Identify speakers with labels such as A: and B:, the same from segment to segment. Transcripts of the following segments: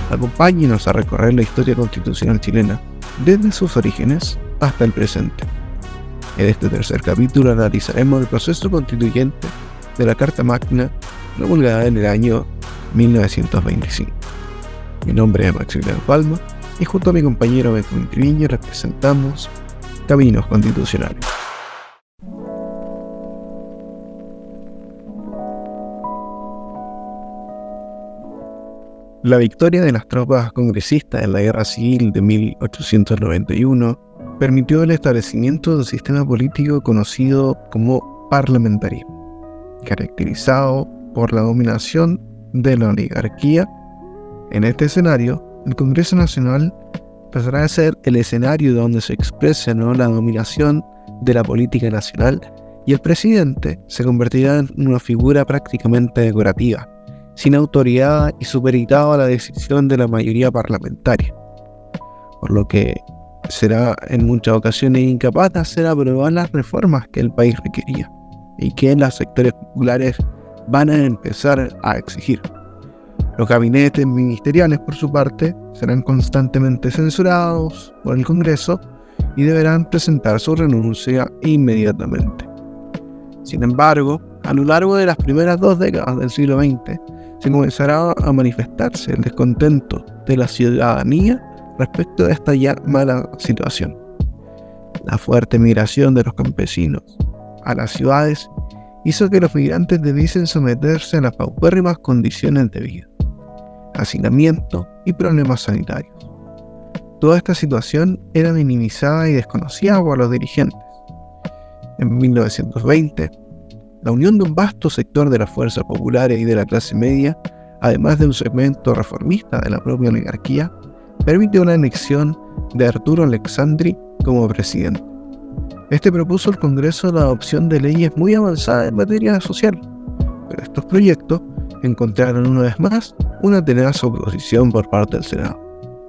A: Acompáñenos a recorrer la historia constitucional chilena desde sus orígenes hasta el presente. En este tercer capítulo analizaremos el proceso constituyente de la Carta Magna promulgada en el año 1925. Mi nombre es Maximiliano Palma y junto a mi compañero Benjamín Triviño representamos Caminos Constitucionales. La victoria de las tropas congresistas en la Guerra Civil de 1891 permitió el establecimiento de un sistema político conocido como parlamentarismo, caracterizado por la dominación de la oligarquía. En este escenario, el Congreso Nacional pasará a ser el escenario donde se expresa la dominación de la política nacional y el presidente se convertirá en una figura prácticamente decorativa, sin autoridad y supeditado a la decisión de la mayoría parlamentaria, por lo que será en muchas ocasiones incapaz de hacer aprobar las reformas que el país requería y que los sectores populares van a empezar a exigir. Los gabinetes ministeriales, por su parte, serán constantemente censurados por el Congreso y deberán presentar su renuncia inmediatamente. Sin embargo, a lo largo de las primeras 2 décadas del siglo XX, se comenzará a manifestarse el descontento de la ciudadanía respecto a esta ya mala situación. La fuerte migración de los campesinos a las ciudades hizo que los migrantes debiesen someterse a las paupérrimas condiciones de vida, hacinamiento y problemas sanitarios. Toda esta situación era minimizada y desconocida por los dirigentes. En 1920, la unión de un vasto sector de las fuerzas populares y de la clase media, además de un segmento reformista de la propia oligarquía, permitió la elección de Arturo Alexandri como presidente. Este propuso al Congreso la adopción de leyes muy avanzadas en materia social, pero estos proyectos encontraron una vez más una tenaz oposición por parte del Senado.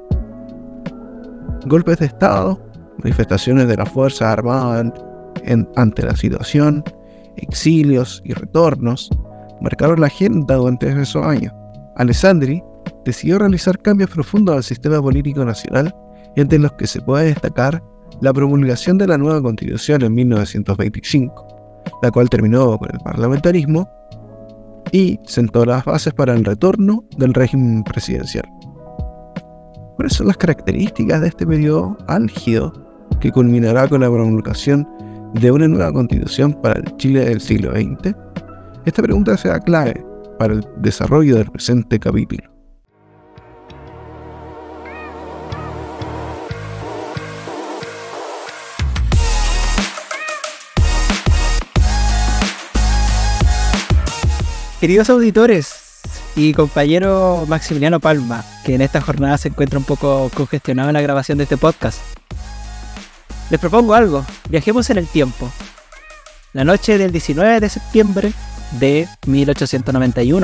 A: Golpes de Estado, manifestaciones de las Fuerzas Armadas ante la situación, exilios y retornos marcaron la agenda durante esos años. Alessandri decidió realizar cambios profundos al sistema político nacional, entre los que se puede destacar la promulgación de la nueva Constitución en 1925, la cual terminó con el parlamentarismo y sentó las bases para el retorno del régimen presidencial. ¿Cuáles son las características de este periodo álgido que culminará con la promulgación de una nueva Constitución para el Chile del siglo XX? Esta pregunta será clave para el desarrollo del presente capítulo.
B: Queridos auditores y compañero Maximiliano Palma, que en esta jornada se encuentra un poco congestionado en la grabación de este podcast, les propongo algo. Viajemos en el tiempo. La noche del 19 de septiembre de 1891.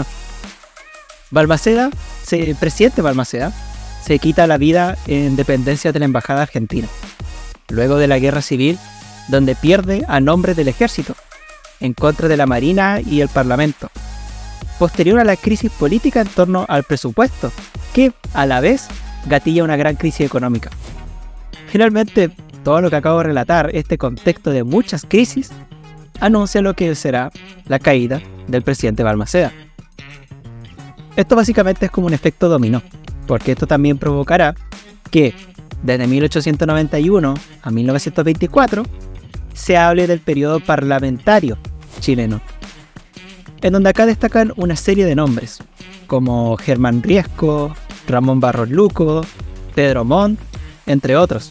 B: Presidente Balmaceda se quita la vida en dependencias de la Embajada Argentina, luego de la Guerra Civil, donde pierde a nombre del ejército, en contra de la Marina y el Parlamento, posterior a la crisis política en torno al presupuesto, que a la vez gatilla una gran crisis económica. Finalmente, todo lo que acabo de relatar, este contexto de muchas crisis, anuncia lo que será la caída del presidente Balmaceda. Esto básicamente es como un efecto dominó, porque esto también provocará que desde 1891 a 1924 se hable del periodo parlamentario chileno, en donde acá destacan una serie de nombres, como Germán Riesco, Ramón Barros Luco, Pedro Montt, entre otros.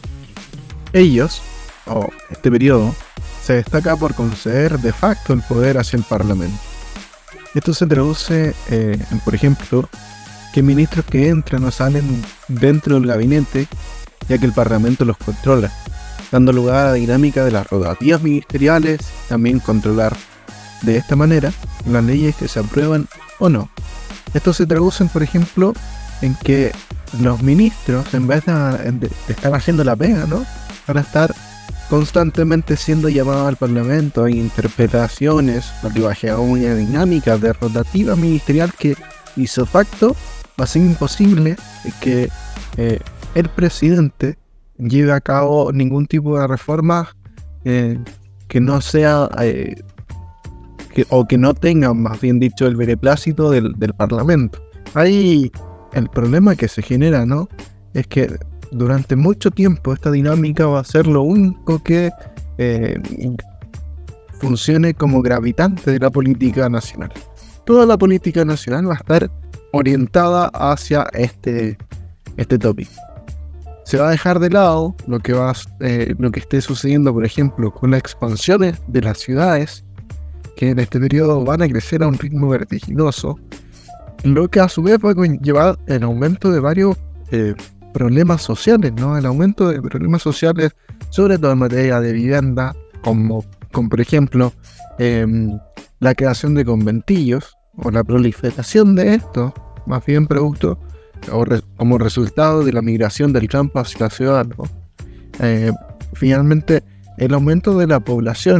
A: Este periodo, se destaca por conceder de facto el poder hacia el Parlamento. Esto se traduce en, por ejemplo, que ministros que entran o salen dentro del gabinete, ya que el Parlamento los controla, dando lugar a la dinámica de las rotativas ministeriales, también controlar de esta manera las leyes que se aprueban o no. Esto se traduce, por ejemplo, en que los ministros, en vez de estar haciendo la pega, van a estar constantemente siendo llamados al Parlamento. Hay interpretaciones, una dinámica de rotativa ministerial que hizo facto va a ser imposible que el presidente lleve a cabo ningún tipo de reforma que no sea o que no tenga, más bien dicho, el beneplácito del Parlamento. Ahí el problema que se genera, ¿no?, es que durante mucho tiempo esta dinámica va a ser lo único que funcione como gravitante de la política nacional. Toda la política nacional va a estar orientada hacia este tópico. Se va a dejar de lado lo que esté sucediendo, por ejemplo, con las expansiones de las ciudades, que en este periodo van a crecer a un ritmo vertiginoso, lo que a su vez va a conllevar el aumento de varios problemas sociales, ¿no? El aumento de problemas sociales, sobre todo en materia de vivienda, como por ejemplo la creación de conventillos o la proliferación de estos, más bien producto como resultado de la migración del campo hacia la ciudad, ¿no? Finalmente, el aumento de la población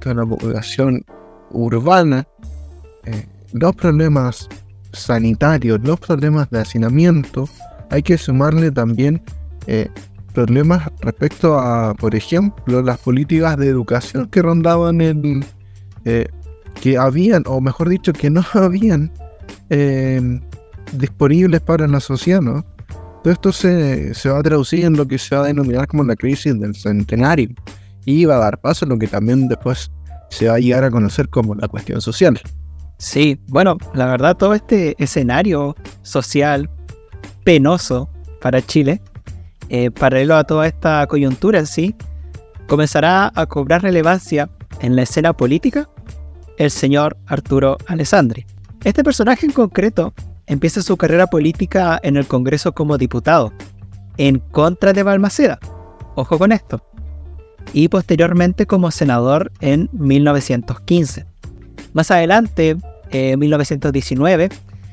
A: urbana, los problemas sanitarios, los problemas de hacinamiento, hay que sumarle también problemas respecto a, por ejemplo, las políticas de educación que rondaban que habían, o mejor dicho, que no habían disponibles para la sociedad, ¿no? Todo esto se va a traducir en lo que se va a denominar como la crisis del centenario y va a dar paso a lo que también después se va a llegar a conocer como la cuestión social.
B: Sí, bueno, la verdad todo este escenario social penoso para Chile, paralelo a toda esta coyuntura en sí, comenzará a cobrar relevancia en la escena política el señor Arturo Alessandri. Este personaje en concreto empieza su carrera política en el Congreso como diputado, en contra de Balmaceda, ojo con esto, y posteriormente como senador en 1915. Más adelante, en 1919,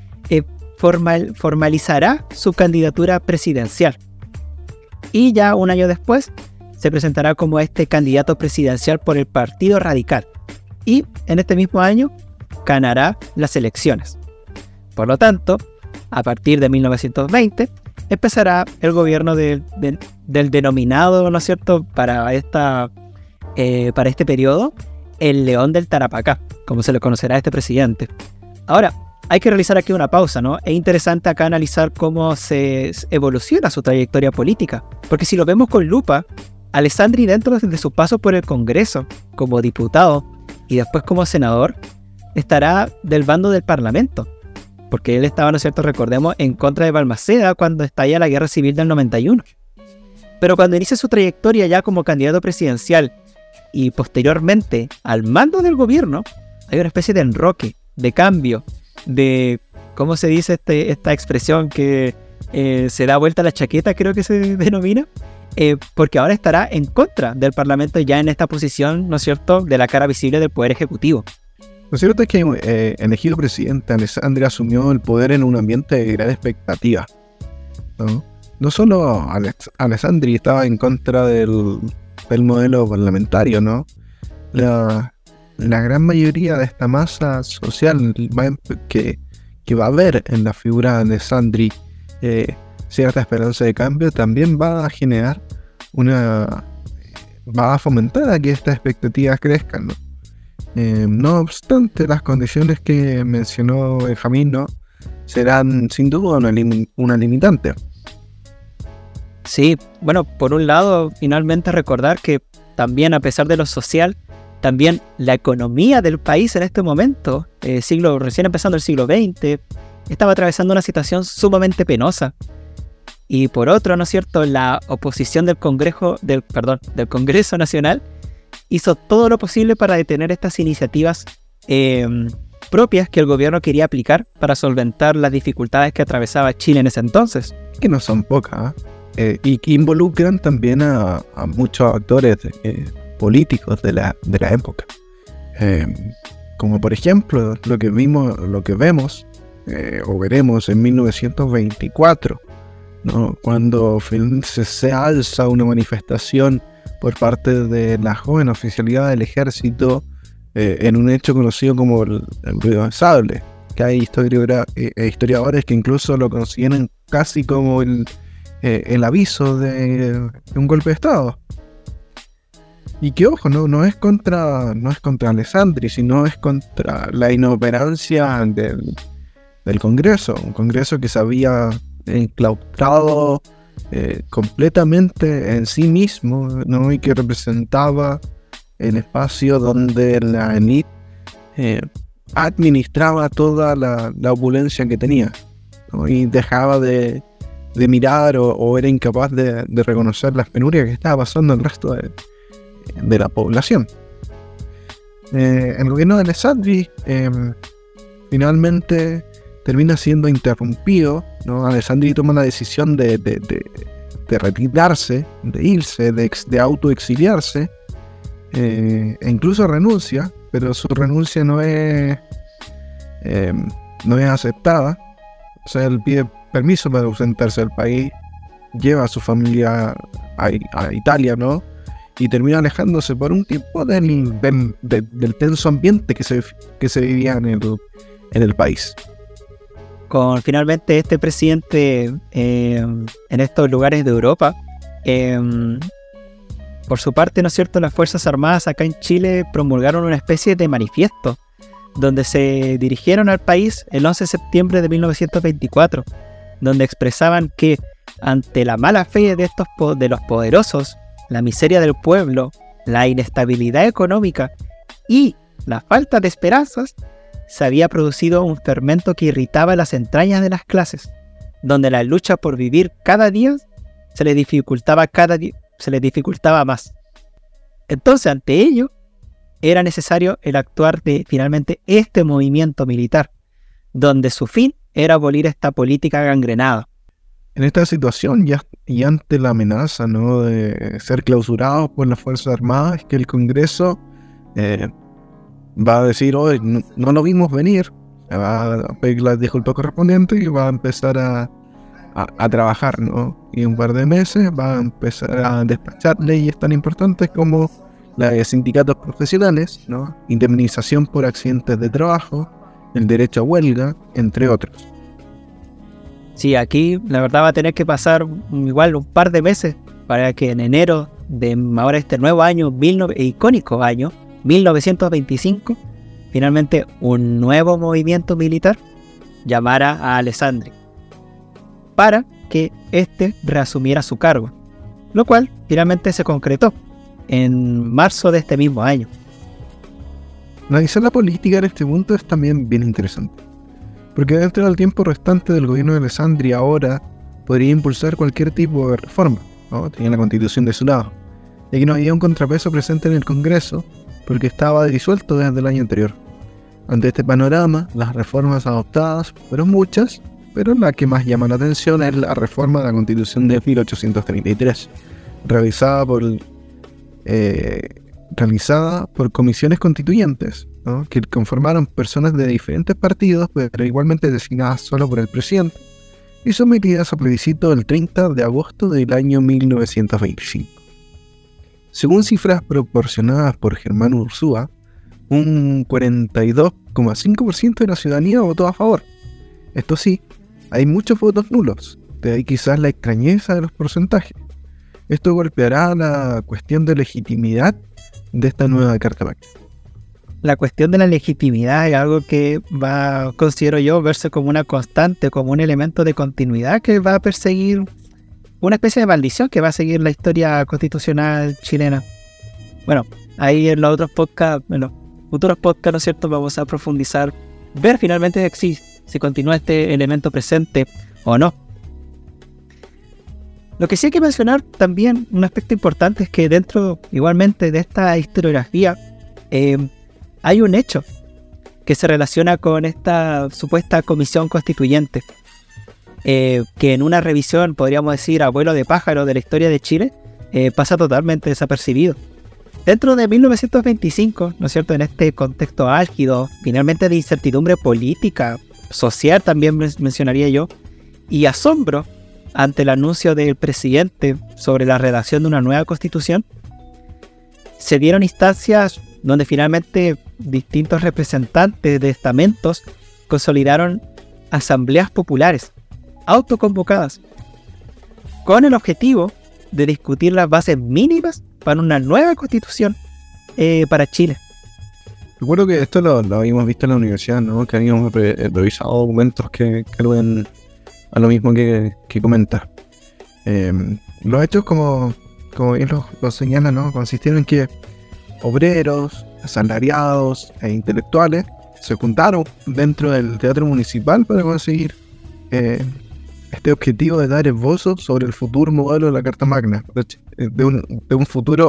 B: formalizará su candidatura presidencial. Y ya un año después, se presentará como candidato presidencial por el Partido Radical. Y en este mismo año, ganará las elecciones. Por lo tanto, a partir de 1920, empezará el gobierno del denominado, ¿no es cierto?, para este periodo, el León del Tarapacá, como se le conocerá a este presidente. Ahora, hay que realizar aquí una pausa, ¿no? Es interesante acá analizar cómo se evoluciona su trayectoria política, porque si lo vemos con lupa, Alessandri, dentro de su paso por el Congreso como diputado y después como senador, estará del bando del Parlamento, porque él estaba, ¿no es cierto?, recordemos, en contra de Balmaceda cuando estalla la Guerra Civil del 91. Pero cuando inicia su trayectoria ya como candidato presidencial y posteriormente al mando del gobierno, hay una especie de enroque, de cambio, de, ¿cómo se dice esta expresión que se da vuelta a la chaqueta, creo que se denomina? Porque ahora estará en contra del Parlamento ya en esta posición, ¿no es cierto?, de la cara visible del Poder Ejecutivo.
A: Lo cierto es que elegido presidente, Alessandri asumió el poder en un ambiente de gran expectativa, ¿no? No solo Alessandri estaba en contra del modelo parlamentario, ¿no? La gran mayoría de esta masa social que va a ver en la figura de Alessandri cierta esperanza de cambio, también va a generar va a fomentar a que estas expectativas crezcan, ¿no? No obstante, las condiciones que mencionó Benjamín, ¿no?, serán sin duda una limitante.
B: Sí, bueno, por un lado, finalmente recordar que también, a pesar de lo social, también la economía del país en este momento, recién empezando el siglo XX, estaba atravesando una situación sumamente penosa. Y por otro, ¿no es cierto?, la oposición del Congreso Nacional hizo todo lo posible para detener estas iniciativas propias que el gobierno quería aplicar para solventar las dificultades que atravesaba Chile en ese entonces.
A: Que no son pocas, y que involucran también a muchos actores políticos de la época. Como por ejemplo lo que vemos o veremos en 1924, ¿no?, cuando se alza una manifestación por parte de la joven oficialidad del ejército en un hecho conocido como el ruido de sable, que hay historiadores que incluso lo consideran casi como el aviso de un golpe de Estado. Y que ojo, no es contra Alessandri, sino es contra la inoperancia del Congreso, un Congreso que se había enclaustrado completamente en sí mismo, ¿no? Y que representaba el espacio donde la élite administraba toda la opulencia que tenía, ¿no? Y dejaba de mirar o era incapaz de reconocer las penurias que estaba pasando el resto de la población. El gobierno de Alessandri finalmente termina siendo interrumpido, ¿no? Alessandri toma la decisión de retirarse, de irse, de autoexiliarse, e incluso renuncia, pero su renuncia no es aceptada. O sea, él pide permiso para ausentarse del país, lleva a su familia a Italia, ¿no? Y termina alejándose por un tiempo del tenso ambiente que se vivía en el país.
B: Con finalmente este presidente en estos lugares de Europa, por su parte, ¿no es cierto?, las Fuerzas Armadas acá en Chile promulgaron una especie de manifiesto donde se dirigieron al país el 11 de septiembre de 1924, donde expresaban que ante la mala fe de los poderosos, la miseria del pueblo, la inestabilidad económica y la falta de esperanzas, se había producido un fermento que irritaba las entrañas de las clases, donde la lucha por vivir cada día se les dificultaba más. Entonces, ante ello, era necesario el actuar de finalmente este movimiento militar, donde su fin era abolir esta política gangrenada.
A: En esta situación y ante la amenaza, ¿no?, de ser clausurados por las Fuerzas Armadas, es que el Congreso va a decir: hoy no lo vimos venir, va a pedir las disculpas correspondientes y va a empezar a trabajar, ¿no? Y en un par de meses va a empezar a despachar leyes tan importantes como la de sindicatos profesionales, ¿no?, indemnización por accidentes de trabajo, el derecho a huelga, entre otros.
B: Sí, aquí la verdad va a tener que pasar igual un par de meses para que en enero de ahora este nuevo año, icónico año 1925, finalmente un nuevo movimiento militar llamara a Alessandri para que éste reasumiera su cargo, lo cual finalmente se concretó en marzo de este mismo año.
A: Analizar la política en este punto es también bien interesante, porque dentro del tiempo restante del gobierno de Alessandri ahora podría impulsar cualquier tipo de reforma, ¿no? Tenía la Constitución de su lado, y aquí no había un contrapeso presente en el Congreso porque estaba disuelto desde el año anterior. Ante este panorama, las reformas adoptadas fueron muchas, pero la que más llama la atención es la reforma de la Constitución de 1833, realizada por comisiones constituyentes, ¿no?, que conformaron personas de diferentes partidos, pero igualmente designadas solo por el presidente, y sometidas a plebiscito el 30 de agosto del año 1925. Según cifras proporcionadas por Germán Ursúa, un 42,5% de la ciudadanía votó a favor. Esto sí, hay muchos votos nulos, de ahí quizás la extrañeza de los porcentajes. Esto golpeará la cuestión de legitimidad de esta nueva Carta Magna.
B: La cuestión de la legitimidad es algo que va, considero yo, verse como una constante, como un elemento de continuidad que va a perseguir, una especie de maldición que va a seguir la historia constitucional chilena. Bueno, ahí en los futuros podcasts, ¿no es cierto?, vamos a profundizar, ver finalmente si continúa este elemento presente o no. Lo que sí hay que mencionar también, un aspecto importante, es que dentro igualmente de esta historiografía hay un hecho que se relaciona con esta supuesta comisión constituyente, que en una revisión, podríamos decir, abuelo de pájaro de la historia de Chile, pasa totalmente desapercibido. Dentro de 1925, ¿no es cierto?, en este contexto álgido, finalmente de incertidumbre política, social también mencionaría yo, y asombro ante el anuncio del presidente sobre la redacción de una nueva constitución, se dieron instancias donde finalmente distintos representantes de estamentos consolidaron asambleas populares, autoconvocadas, con el objetivo de discutir las bases mínimas para una nueva constitución para Chile.
A: Recuerdo que esto lo habíamos visto en la universidad, ¿no? Que habíamos revisado documentos que aluden a lo mismo que comenta. Los hechos, como bien lo señala, ¿no? Consistieron en que obreros, asalariados e intelectuales se juntaron dentro del teatro municipal para conseguir este objetivo de dar esbozo sobre el futuro modelo de la Carta Magna, de una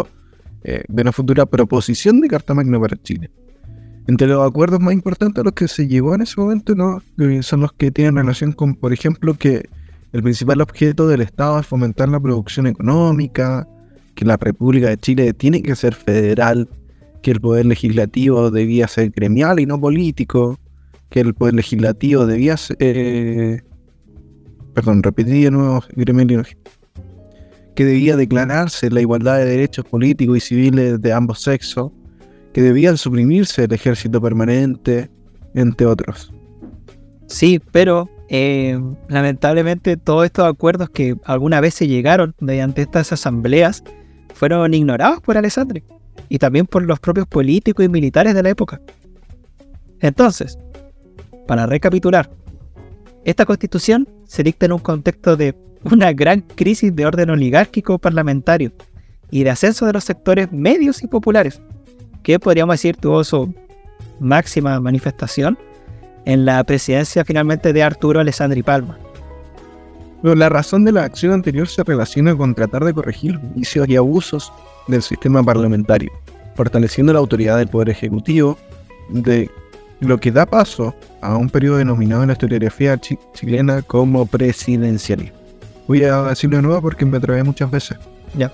A: futura proposición de Carta Magna para Chile. Entre los acuerdos más importantes a los que se llegó en ese momento, ¿no? Son los que tienen relación con, por ejemplo, que el principal objeto del Estado es fomentar la producción económica, que la República de Chile tiene que ser federal, que el poder legislativo debía ser gremial y no político, que el poder legislativo debía ser... repetí de nuevo, gremial y no, que debía declararse la igualdad de derechos políticos y civiles de ambos sexos, que debían suprimirse el ejército permanente, entre otros.
B: Sí, pero lamentablemente todos estos acuerdos que alguna vez se llegaron mediante estas asambleas fueron ignorados por Alessandri y también por los propios políticos y militares de la época. Entonces, para recapitular, esta constitución se dicta en un contexto de una gran crisis de orden oligárquico parlamentario y de ascenso de los sectores medios y populares, que podríamos decir tuvo su máxima manifestación en la presidencia finalmente de Arturo Alessandri Palma.
A: Pero la razón de la acción anterior se relaciona con tratar de corregir vicios y abusos del sistema parlamentario, fortaleciendo la autoridad del Poder Ejecutivo, de lo que da paso a un periodo denominado en la historiografía chilena como presidencialismo. Voy a decirlo de nuevo porque me trabé muchas veces.
B: Ya.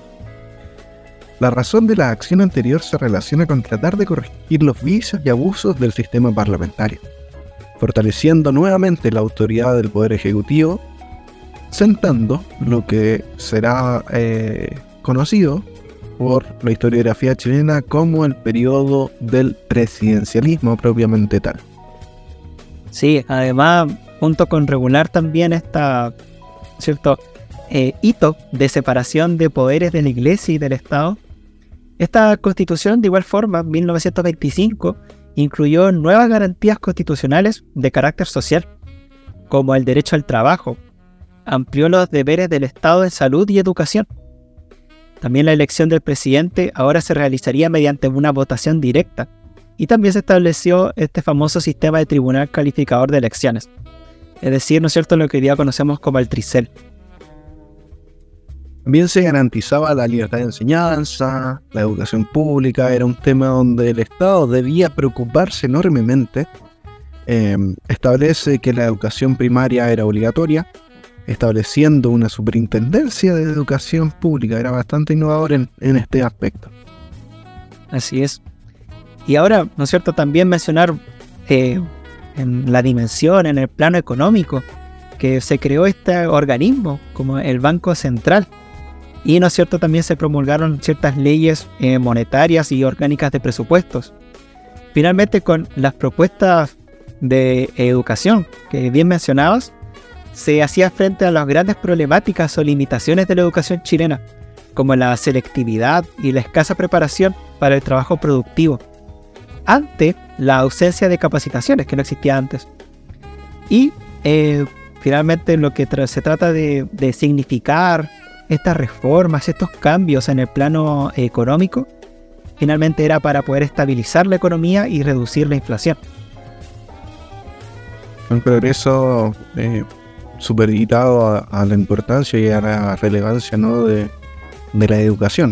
A: La razón de la acción anterior se relaciona con tratar de corregir los vicios y abusos del sistema parlamentario, fortaleciendo nuevamente la autoridad del Poder Ejecutivo, sentando lo que será conocido por la historiografía chilena como el periodo del presidencialismo propiamente tal.
B: Sí, además, junto con regular también esta, ¿cierto?, hito de separación de poderes de la Iglesia y del Estado, esta Constitución, de igual forma, en 1925, incluyó nuevas garantías constitucionales de carácter social, como el derecho al trabajo, amplió los deberes del Estado en salud y educación. También la elección del presidente ahora se realizaría mediante una votación directa, y también se estableció este famoso sistema de tribunal calificador de elecciones, es decir, ¿no es cierto?, lo que hoy día conocemos como el tricel.
A: También se garantizaba la libertad de enseñanza, la educación pública, era un tema donde el Estado debía preocuparse enormemente. Establece que la educación primaria era obligatoria, estableciendo una superintendencia de educación pública. Era bastante innovador en este aspecto.
B: Así es. Y ahora, ¿no es cierto?, también mencionar en la dimensión, en el plano económico, que se creó este organismo como el Banco Central. Y, ¿no es cierto?, también se promulgaron ciertas leyes monetarias y orgánicas de presupuestos. Finalmente, con las propuestas de educación que bien mencionabas, se hacía frente a las grandes problemáticas o limitaciones de la educación chilena, como la selectividad y la escasa preparación para el trabajo productivo, ante la ausencia de capacitaciones que no existía antes. Y finalmente lo que se trata de significar estas reformas, estos cambios en el plano económico, finalmente era para poder estabilizar la economía y reducir la inflación.
A: Un progreso supeditado a la importancia y a la relevancia, ¿no?, de la educación.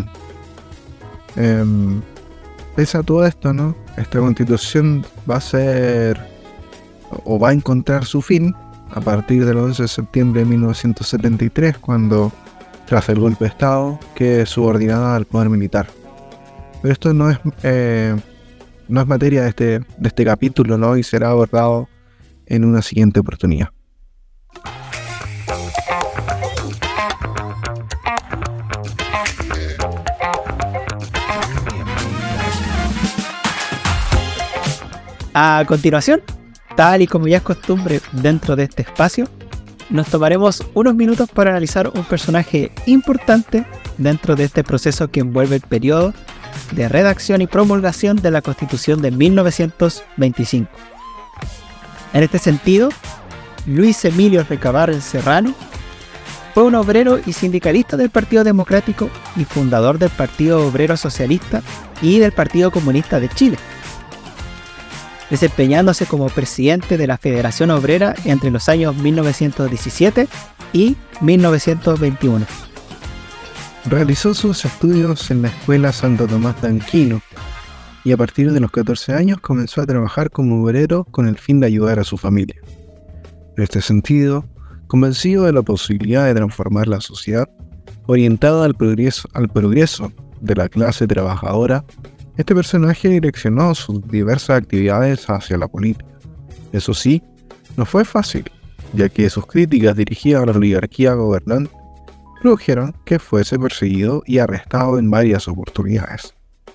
A: Pese a todo esto, ¿no?, esta constitución va a ser o va a encontrar su fin a partir del 11 de septiembre de 1973, cuando, tras el golpe de Estado, quede subordinada al poder militar. Pero esto no es materia de este capítulo, ¿no?, y será abordado en una siguiente oportunidad.
B: A continuación, tal y como ya es costumbre dentro de este espacio, nos tomaremos unos minutos para analizar un personaje importante dentro de este proceso que envuelve el periodo de redacción y promulgación de la Constitución de 1925. En este sentido, Luis Emilio Recabarren Serrano fue un obrero y sindicalista del Partido Democrático y fundador del Partido Obrero Socialista y del Partido Comunista de Chile, desempeñándose como presidente de la Federación Obrera entre los años 1917 y 1921.
A: Realizó sus estudios en la Escuela Santo Tomás de Aquino y a partir de los 14 años comenzó a trabajar como obrero con el fin de ayudar a su familia. En este sentido, convencido de la posibilidad de transformar la sociedad, orientado al progreso de la clase trabajadora, este personaje direccionó sus diversas actividades hacia la política. Eso sí, no fue fácil, ya que sus críticas dirigidas a la oligarquía gobernante produjeron que fuese perseguido y arrestado en varias oportunidades.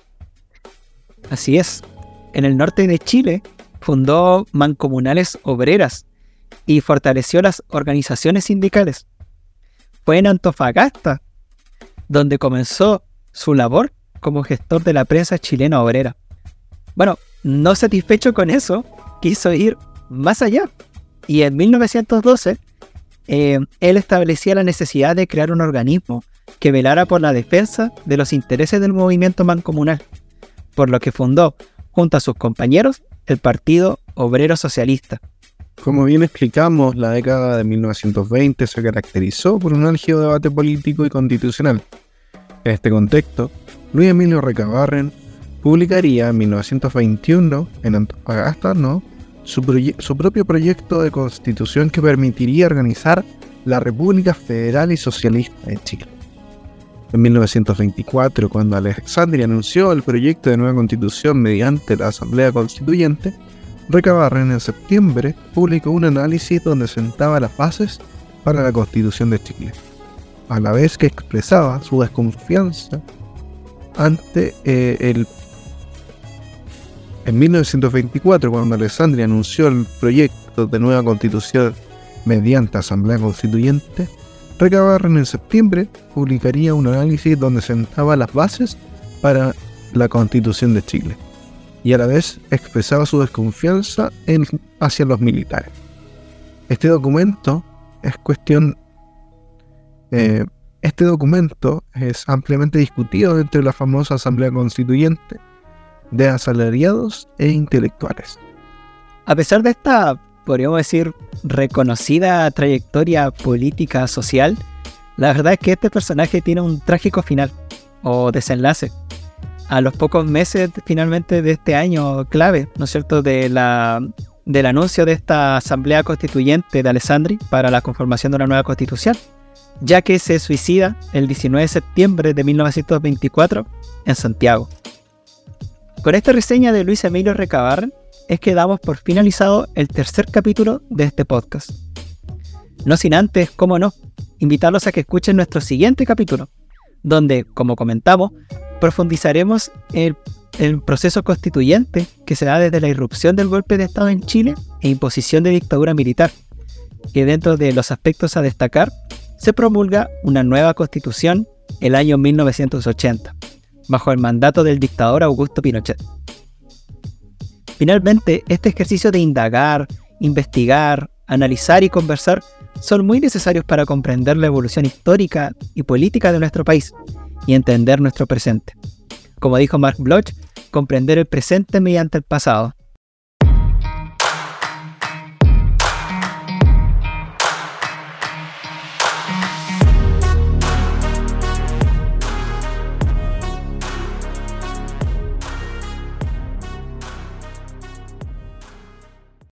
B: Así es, en el norte de Chile fundó mancomunales obreras y fortaleció las organizaciones sindicales. Fue en Antofagasta donde comenzó su labor como gestor de la prensa chilena obrera. Bueno, no satisfecho con eso, quiso ir más allá y en 1912 él establecía la necesidad de crear un organismo que velara por la defensa de los intereses del movimiento mancomunal, por lo que fundó, junto a sus compañeros, el Partido Obrero Socialista.
A: Como bien explicamos, la década de 1920 se caracterizó por un álgido debate político y constitucional. En este contexto, Luis Emilio Recabarren publicaría en 1921 en Antofagasta, su propio proyecto de constitución que permitiría organizar la República Federal y Socialista de Chile. En 1924, cuando Alessandri anunció el proyecto de nueva constitución mediante la Asamblea Constituyente, Recabarren en septiembre publicó un análisis donde sentaba las bases para la Constitución de Chile, a la vez que expresaba su desconfianza ante En 1924, cuando Alessandri anunció el proyecto de nueva constitución mediante Asamblea Constituyente, Recabarren en septiembre publicaría un análisis donde sentaba las bases para la Constitución de Chile y a la vez expresaba su desconfianza hacia los militares. Este documento es ampliamente discutido dentro de la famosa Asamblea Constituyente de asalariados e intelectuales.
B: A pesar de esta, podríamos decir, reconocida trayectoria política social, la verdad es que este personaje tiene un trágico final, o desenlace. A los pocos meses finalmente de este año clave, ¿no es cierto?, del anuncio de esta Asamblea Constituyente de Alessandri para la conformación de una nueva constitución, ya que se suicida el 19 de septiembre de 1924 en Santiago. Con esta reseña de Luis Emilio Recabarren es que damos por finalizado el tercer capítulo de este podcast. No sin antes, cómo no, invitarlos a que escuchen nuestro siguiente capítulo, donde, como comentamos, profundizaremos el proceso constituyente que se da desde la irrupción del golpe de Estado en Chile e imposición de dictadura militar, que dentro de los aspectos a destacar, se promulga una nueva constitución el año 1980, bajo el mandato del dictador Augusto Pinochet. Finalmente, este ejercicio de indagar, investigar, analizar y conversar son muy necesarios para comprender la evolución histórica y política de nuestro país y entender nuestro presente. Como dijo Mark Bloch, comprender el presente mediante el pasado.